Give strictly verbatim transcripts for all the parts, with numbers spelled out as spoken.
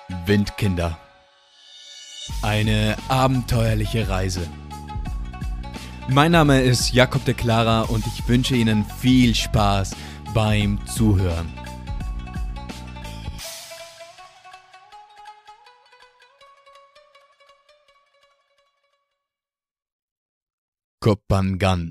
Windkinder. Eine abenteuerliche Reise. Mein Name ist Jakob de Clara und ich wünsche Ihnen viel Spaß beim Zuhören. Koh Phangan.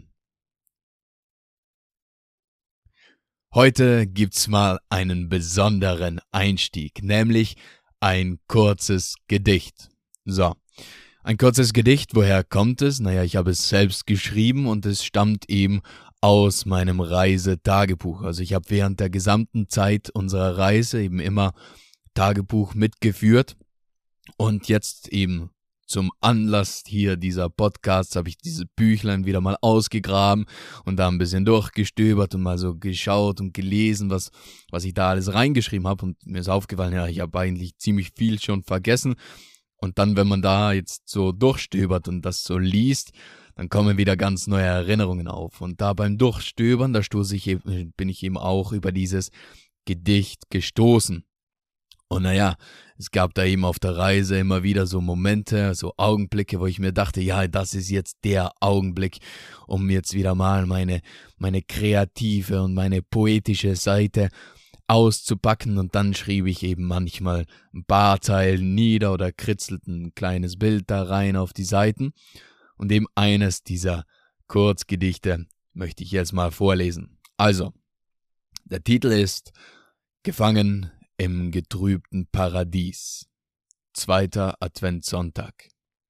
Heute gibt's mal einen besonderen Einstieg, nämlich ein kurzes Gedicht. So, ein kurzes Gedicht, woher kommt es? Naja, ich habe es selbst geschrieben und es stammt eben aus meinem Reisetagebuch. Also ich habe während der gesamten Zeit unserer Reise eben immer Tagebuch mitgeführt und jetzt eben zum Anlass hier dieser Podcasts habe ich dieses Büchlein wieder mal ausgegraben und da ein bisschen durchgestöbert und mal so geschaut und gelesen, was, was ich da alles reingeschrieben habe. Und mir ist aufgefallen, ja, ich habe eigentlich ziemlich viel schon vergessen. Und dann, wenn man da jetzt so durchstöbert und das so liest, dann kommen wieder ganz neue Erinnerungen auf. Und da beim Durchstöbern, da stoße ich eben, bin ich eben auch über dieses Gedicht gestoßen. Und naja, es gab da eben auf der Reise immer wieder so Momente, so Augenblicke, wo ich mir dachte, ja, das ist jetzt der Augenblick, um jetzt wieder mal meine, meine kreative und meine poetische Seite auszupacken. Und dann schrieb ich eben manchmal ein paar Zeilen nieder oder kritzelte ein kleines Bild da rein auf die Seiten. Und eben eines dieser Kurzgedichte möchte ich jetzt mal vorlesen. Also, der Titel ist Gefangen im getrübten Paradies. Zweiter Adventssonntag.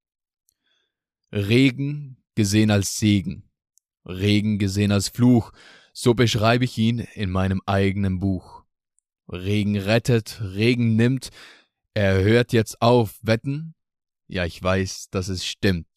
Regen gesehen als Segen, Regen gesehen als Fluch, so beschreibe ich ihn in meinem eigenen Buch. Regen rettet, Regen nimmt, er hört jetzt auf, wetten? Ja, ich weiß, dass es stimmt.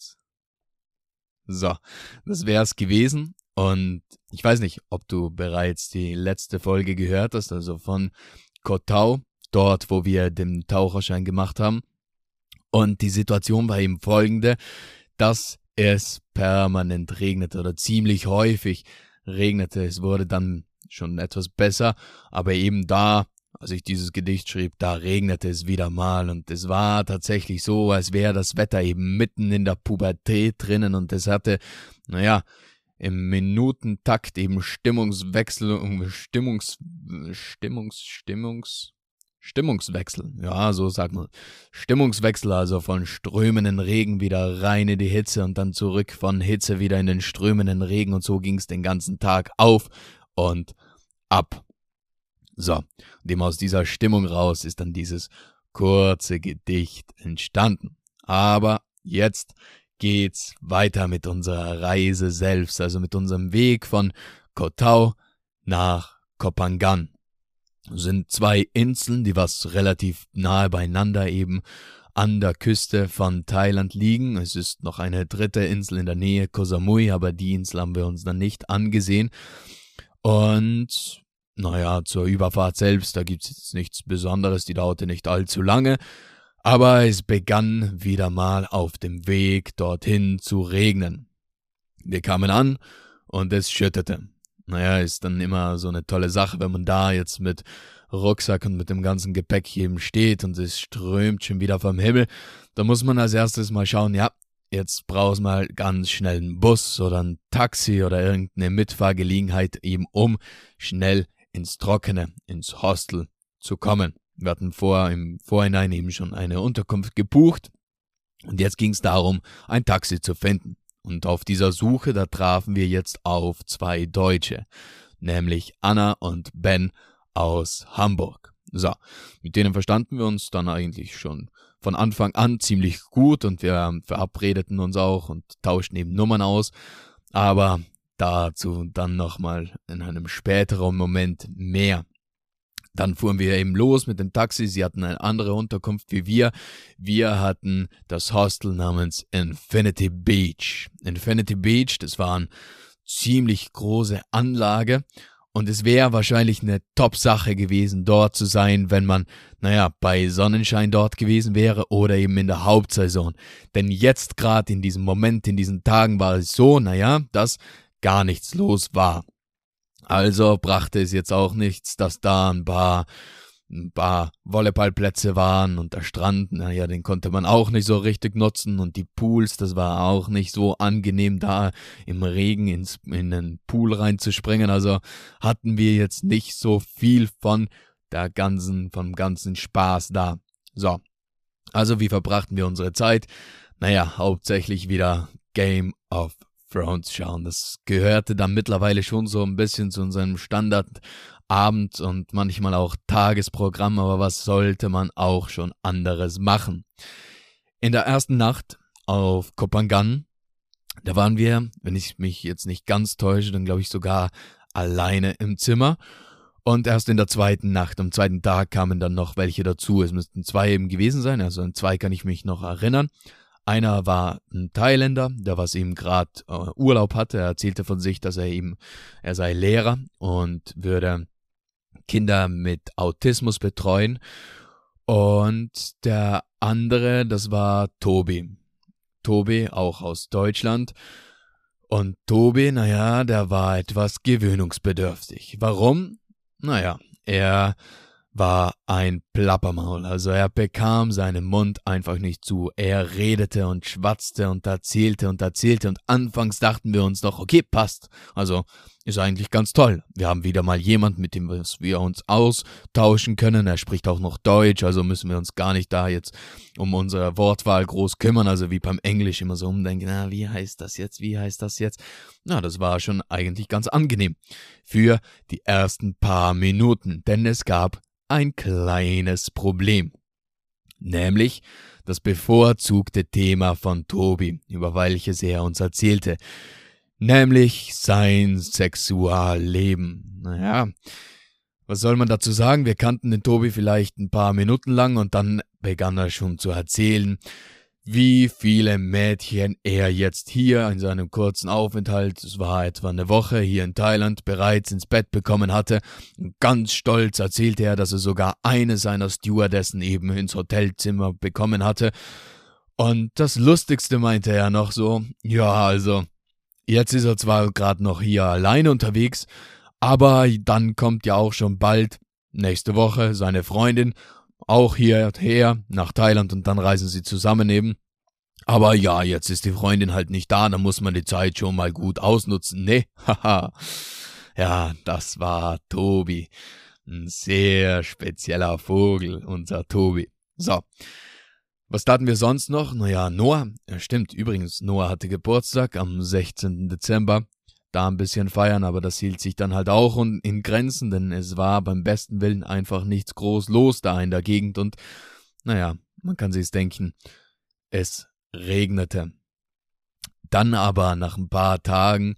So, das wär's gewesen. Und ich weiß nicht, ob du bereits die letzte Folge gehört hast, also von Koh Tao, dort, wo wir den Taucherschein gemacht haben. Und die Situation war eben folgende, dass es permanent regnete oder ziemlich häufig regnete. Es wurde dann schon etwas besser, aber eben da, als ich dieses Gedicht schrieb, da regnete es wieder mal. Und es war tatsächlich so, als wäre das Wetter eben mitten in der Pubertät drinnen und es hatte, naja, im Minutentakt eben Stimmungswechsel, Stimmungs, Stimmungs, Stimmungs, Stimmungswechsel, ja, so sagt man, Stimmungswechsel, also von strömenden Regen wieder rein in die Hitze und dann zurück von Hitze wieder in den strömenden Regen und so ging's den ganzen Tag auf und ab. So, und eben aus dieser Stimmung raus ist dann dieses kurze Gedicht entstanden. Aber jetzt geht's weiter mit unserer Reise selbst, also mit unserem Weg von Koh Tao nach Koh Phangan. Das sind zwei Inseln, die was relativ nahe beieinander eben an der Küste von Thailand liegen. Es ist noch eine dritte Insel in der Nähe, Koh Samui, aber die Insel haben wir uns dann nicht angesehen. Und naja, zur Überfahrt selbst, da gibt's jetzt nichts Besonderes, die dauerte nicht allzu lange. Aber es begann wieder mal auf dem Weg dorthin zu regnen. Wir kamen an und es schüttete. Naja, ist dann immer so eine tolle Sache, wenn man da jetzt mit Rucksack und mit dem ganzen Gepäck eben steht und es strömt schon wieder vom Himmel. Da muss man als erstes mal schauen, ja, jetzt brauchst du mal ganz schnell einen Bus oder ein Taxi oder irgendeine Mitfahrgelegenheit eben, um schnell ins Trockene, ins Hostel zu kommen. Wir hatten vor, im Vorhinein eben schon eine Unterkunft gebucht und jetzt ging es darum, ein Taxi zu finden. Und auf dieser Suche, da trafen wir jetzt auf zwei Deutsche, nämlich Anna und Ben aus Hamburg. So, mit denen verstanden wir uns dann eigentlich schon von Anfang an ziemlich gut und wir verabredeten uns auch und tauschten eben Nummern aus, aber dazu dann nochmal in einem späteren Moment mehr. Dann fuhren wir eben los mit dem Taxi, sie hatten eine andere Unterkunft wie wir. Wir hatten das Hostel namens Infinity Beach. Infinity Beach, das war eine ziemlich große Anlage und es wäre wahrscheinlich eine Top-Sache gewesen, dort zu sein, wenn man, naja, bei Sonnenschein dort gewesen wäre oder eben in der Hauptsaison. Denn jetzt gerade in diesem Moment, in diesen Tagen war es so, naja, dass gar nichts los war. Also brachte es jetzt auch nichts, dass da ein paar ein paar Volleyballplätze waren und der Strand, naja, den konnte man auch nicht so richtig nutzen und die Pools, das war auch nicht so angenehm, da im Regen ins, in den Pool reinzuspringen, also hatten wir jetzt nicht so viel von der ganzen, vom ganzen Spaß da. So, also wie verbrachten wir unsere Zeit? Naja, hauptsächlich wieder Game of Thrones schauen. Das gehörte dann mittlerweile schon so ein bisschen zu unserem Standardabend und manchmal auch Tagesprogramm, aber was sollte man auch schon anderes machen? In der ersten Nacht auf Koh Phangan, da waren wir, wenn ich mich jetzt nicht ganz täusche, dann glaube ich sogar alleine im Zimmer. Und erst in der zweiten Nacht, am zweiten Tag kamen dann noch welche dazu. Es müssten zwei eben gewesen sein, also an zwei kann ich mich noch erinnern. Einer war ein Thailänder, der was eben gerade äh, Urlaub hatte. Er erzählte von sich, dass er eben, er sei Lehrer und würde Kinder mit Autismus betreuen. Und der andere, das war Tobi. Tobi, auch aus Deutschland. Und Tobi, naja, der war etwas gewöhnungsbedürftig. Warum? Naja, er war ein Plappermaul, also er bekam seinen Mund einfach nicht zu. Er redete und schwatzte und erzählte und erzählte und anfangs dachten wir uns noch, okay, passt, also ist eigentlich ganz toll. Wir haben wieder mal jemanden, mit dem wir uns austauschen können. Er spricht auch noch Deutsch, also müssen wir uns gar nicht da jetzt um unsere Wortwahl groß kümmern, also wie beim Englisch immer so umdenken, na, wie heißt das jetzt, wie heißt das jetzt? Na, das war schon eigentlich ganz angenehm für die ersten paar Minuten, denn es gab ein kleines Problem, nämlich das bevorzugte Thema von Tobi, über welches er uns erzählte, nämlich sein Sexualleben. Naja, was soll man dazu sagen? Wir kannten den Tobi vielleicht ein paar Minuten lang und dann begann er schon zu erzählen, wie viele Mädchen er jetzt hier in seinem kurzen Aufenthalt, es war etwa eine Woche hier in Thailand, bereits ins Bett bekommen hatte. Ganz stolz erzählte er, dass er sogar eine seiner Stewardessen eben ins Hotelzimmer bekommen hatte. Und das Lustigste meinte er noch so, ja, also, jetzt ist er zwar gerade noch hier alleine unterwegs, aber dann kommt ja auch schon bald, nächste Woche, seine Freundin, auch hierher nach Thailand und dann reisen sie zusammen eben. Aber ja, jetzt ist die Freundin halt nicht da, dann muss man die Zeit schon mal gut ausnutzen, ne? Haha. Ja, das war Tobi. Ein sehr spezieller Vogel, unser Tobi. So, was taten wir sonst noch? Naja, Noah, ja stimmt, übrigens, Noah hatte Geburtstag am sechzehnten Dezember. Da ein bisschen feiern, aber das hielt sich dann halt auch in Grenzen, denn es war beim besten Willen einfach nichts groß los da in der Gegend und, naja, man kann sich's denken, es regnete. Dann aber nach ein paar Tagen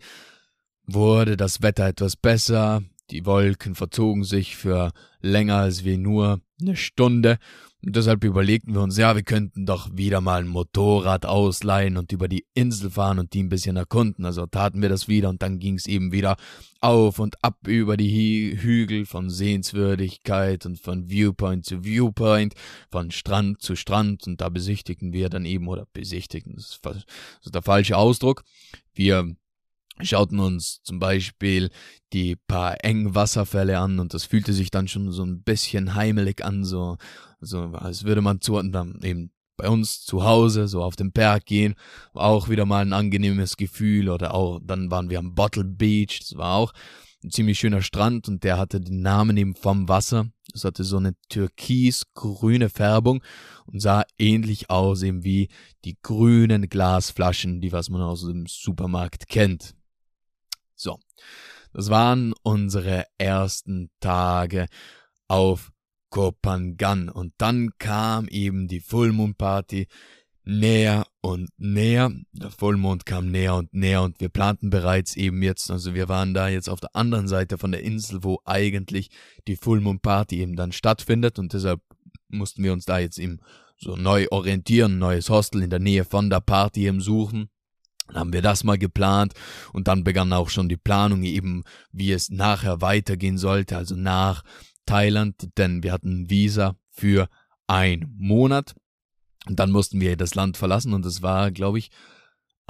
wurde das Wetter etwas besser, die Wolken verzogen sich für länger als wie nur eine Stunde und deshalb überlegten wir uns, ja, wir könnten doch wieder mal ein Motorrad ausleihen und über die Insel fahren und die ein bisschen erkunden. Also taten wir das wieder und dann ging es eben wieder auf und ab über die Hü- Hügel von Sehenswürdigkeit und von Viewpoint zu Viewpoint, von Strand zu Strand und da besichtigten wir dann eben, oder besichtigten, das ist, das ist der falsche Ausdruck, wir schauten uns zum Beispiel die paar engen Wasserfälle an und das fühlte sich dann schon so ein bisschen heimelig an, so, so als würde man zu, dann eben bei uns zu Hause, so auf den Berg gehen, war auch wieder mal ein angenehmes Gefühl oder auch, dann waren wir am Bottle Beach, das war auch ein ziemlich schöner Strand und der hatte den Namen eben vom Wasser, das hatte so eine türkisgrüne Färbung und sah ähnlich aus eben wie die grünen Glasflaschen, die was man aus dem Supermarkt kennt. So, das waren unsere ersten Tage auf Koh Phangan und dann kam eben die Full Moon Party näher und näher. Der Vollmond kam näher und näher und wir planten bereits eben jetzt, also wir waren da jetzt auf der anderen Seite von der Insel, wo eigentlich die Full Moon Party eben dann stattfindet und deshalb mussten wir uns da jetzt eben so neu orientieren, neues Hostel in der Nähe von der Party eben suchen. Dann haben wir das mal geplant und dann begann auch schon die Planung eben, wie es nachher weitergehen sollte, also nach Thailand, denn wir hatten ein Visa für einen Monat und dann mussten wir das Land verlassen und es war, glaube ich,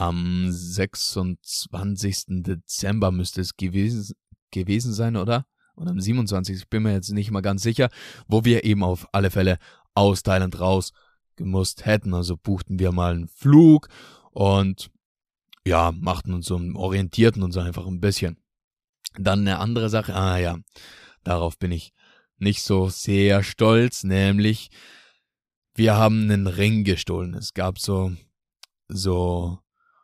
am sechsundzwanzigsten Dezember müsste es gewesen, gewesen sein, oder? und am siebenundzwanzigsten, ich bin mir jetzt nicht mal ganz sicher, wo wir eben auf alle Fälle aus Thailand raus gemusst hätten. Also buchten wir mal einen Flug und ja, machten uns so, orientierten uns einfach ein bisschen. Dann eine andere Sache, ah ja, darauf bin ich nicht so sehr stolz, nämlich wir haben einen Ring gestohlen. Es gab so, so,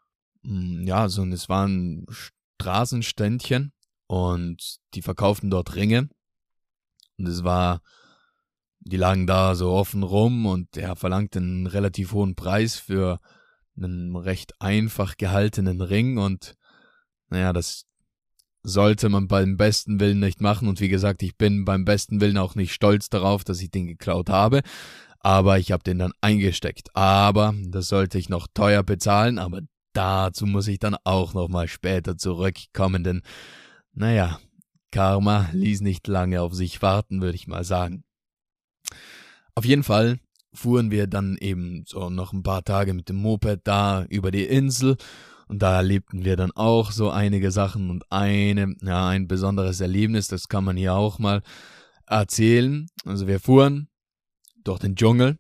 ja, so, es waren Straßenständchen und die verkauften dort Ringe. Und es war, die lagen da so offen rum und er verlangte einen relativ hohen Preis für einen recht einfach gehaltenen Ring und naja, das sollte man beim besten Willen nicht machen und wie gesagt, ich bin beim besten Willen auch nicht stolz darauf, dass ich den geklaut habe, aber ich habe den dann eingesteckt. Aber das sollte ich noch teuer bezahlen, aber dazu muss ich dann auch nochmal später zurückkommen, denn naja, Karma ließ nicht lange auf sich warten, würde ich mal sagen. Auf jeden Fall fuhren wir dann eben so noch ein paar Tage mit dem Moped da über die Insel und da erlebten wir dann auch so einige Sachen und eine, ja, ein besonderes Erlebnis, das kann man hier auch mal erzählen. Also wir fuhren durch den Dschungel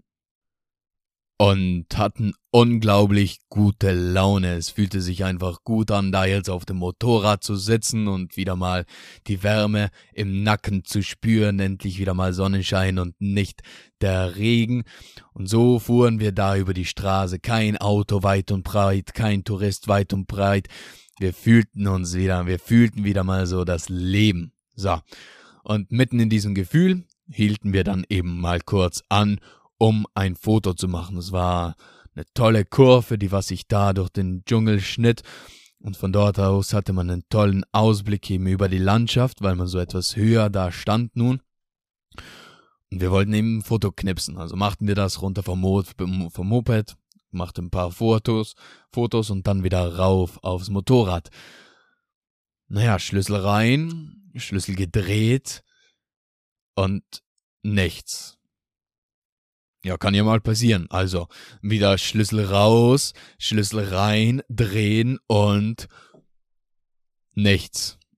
und hatten unglaublich gute Laune. Es fühlte sich einfach gut an, da jetzt auf dem Motorrad zu sitzen und wieder mal die Wärme im Nacken zu spüren, endlich wieder mal Sonnenschein und nicht der Regen. Und so fuhren wir da über die Straße, kein Auto weit und breit, kein Tourist weit und breit. Wir fühlten uns wieder, wir fühlten wieder mal so das Leben. So, und mitten in diesem Gefühl hielten wir dann eben mal kurz an, um ein Foto zu machen. Es war eine tolle Kurve, die was sich da durch den Dschungel schnitt und von dort aus hatte man einen tollen Ausblick eben über die Landschaft, weil man so etwas höher da stand nun. Und wir wollten eben ein Foto knipsen, also machten wir das runter vom, Mo vom Moped, machten ein paar Fotos, Fotos und dann wieder rauf aufs Motorrad. Naja, Schlüssel rein, Schlüssel gedreht und nichts. Ja, kann ja mal passieren. Also, wieder Schlüssel raus, Schlüssel rein, drehen und nichts.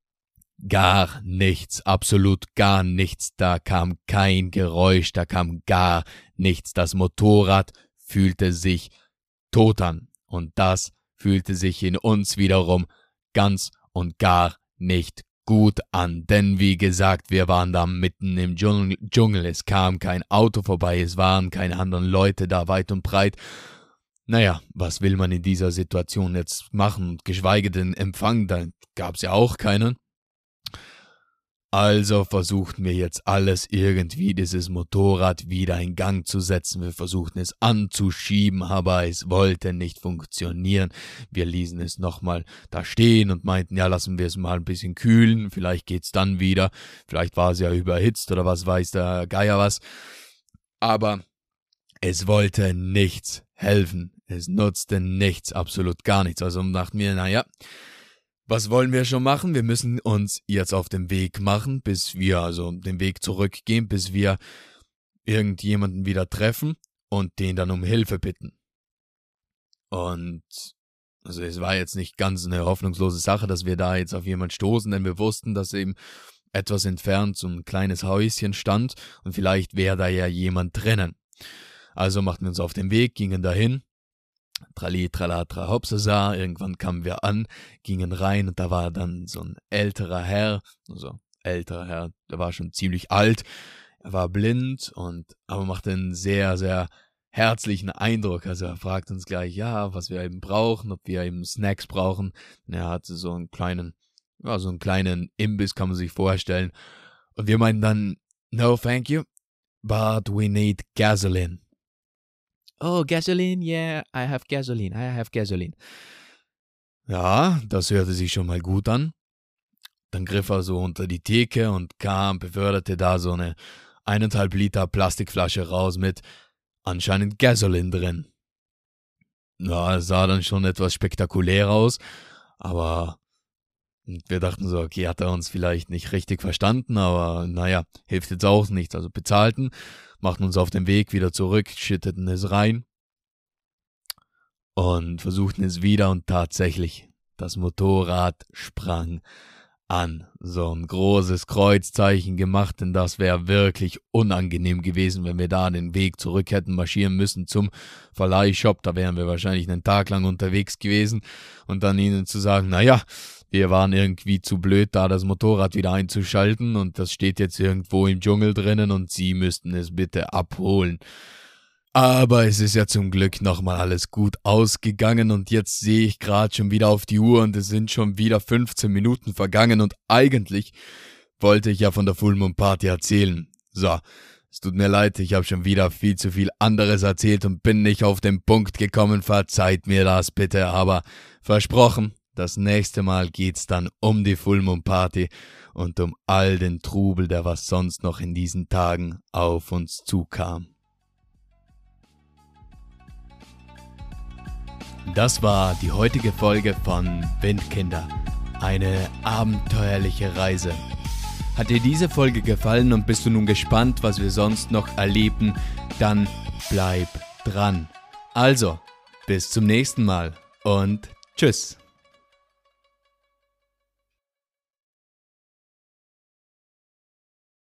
Gar nichts, absolut gar nichts. Da kam kein Geräusch, da kam gar nichts. Das Motorrad fühlte sich tot an. Und das fühlte sich in uns wiederum ganz und gar nicht gut an, denn wie gesagt, wir waren da mitten im Dschungel, Dschungel, es kam kein Auto vorbei, es waren keine anderen Leute da weit und breit. Naja, was will man in dieser Situation jetzt machen, geschweige denn Empfang, da gab's ja auch keinen. Also versuchten wir jetzt alles irgendwie, dieses Motorrad wieder in Gang zu setzen. Wir versuchten es anzuschieben, aber es wollte nicht funktionieren. Wir ließen es nochmal da stehen und meinten, ja, lassen wir es mal ein bisschen kühlen, vielleicht geht's dann wieder. Vielleicht war es ja überhitzt oder was weiß der Geier was. Aber es wollte nichts helfen. Es nutzte nichts, absolut gar nichts. Also dachten wir, naja, was wollen wir schon machen? Wir müssen uns jetzt auf den Weg machen, bis wir, also den Weg zurückgehen, bis wir irgendjemanden wieder treffen und den dann um Hilfe bitten. Und also es war jetzt nicht ganz eine hoffnungslose Sache, dass wir da jetzt auf jemanden stoßen, denn wir wussten, dass eben etwas entfernt so ein kleines Häuschen stand und vielleicht wäre da ja jemand drinnen. Also machten wir uns auf den Weg, gingen dahin. Trali, tralatra, hopsasa, irgendwann kamen wir an, gingen rein und da war dann so ein älterer Herr, also älterer Herr, der war schon ziemlich alt, er war blind und aber machte einen sehr, sehr herzlichen Eindruck, also er fragte uns gleich, ja, was wir eben brauchen, ob wir eben Snacks brauchen, und er hatte so einen kleinen, ja, so einen kleinen Imbiss, kann man sich vorstellen, und wir meinten dann, no thank you, but we need gasoline. Oh, gasoline, yeah, I have gasoline, I have gasoline. Ja, das hörte sich schon mal gut an. Dann griff er so unter die Theke und kam, beförderte da so eine eineinhalb Liter Plastikflasche raus mit anscheinend Gasoline drin. Ja, es sah dann schon etwas spektakulär aus, aber wir dachten so, okay, hat er uns vielleicht nicht richtig verstanden, aber naja, hilft jetzt auch nichts. Also bezahlten, machten uns auf den Weg wieder zurück, schütteten es rein und versuchten es wieder und tatsächlich, das Motorrad sprang an so ein großes Kreuzzeichen gemacht, denn das wäre wirklich unangenehm gewesen, wenn wir da den Weg zurück hätten marschieren müssen zum Verleihshop. Da wären wir wahrscheinlich einen Tag lang unterwegs gewesen und dann ihnen zu sagen, naja, wir waren irgendwie zu blöd, da das Motorrad wieder einzuschalten und das steht jetzt irgendwo im Dschungel drinnen und Sie müssten es bitte abholen. Aber es ist ja zum Glück nochmal alles gut ausgegangen und jetzt sehe ich gerade schon wieder auf die Uhr und es sind schon wieder fünfzehn Minuten vergangen und eigentlich wollte ich ja von der Full Moon Party erzählen. So, es tut mir leid, ich habe schon wieder viel zu viel anderes erzählt und bin nicht auf den Punkt gekommen, verzeiht mir das bitte, aber versprochen, das nächste Mal geht's dann um die Full Moon Party und um all den Trubel, der was sonst noch in diesen Tagen auf uns zukam. Das war die heutige Folge von Windkinder, eine abenteuerliche Reise. Hat dir diese Folge gefallen und bist du nun gespannt, was wir sonst noch erleben, dann bleib dran. Also, bis zum nächsten Mal und tschüss.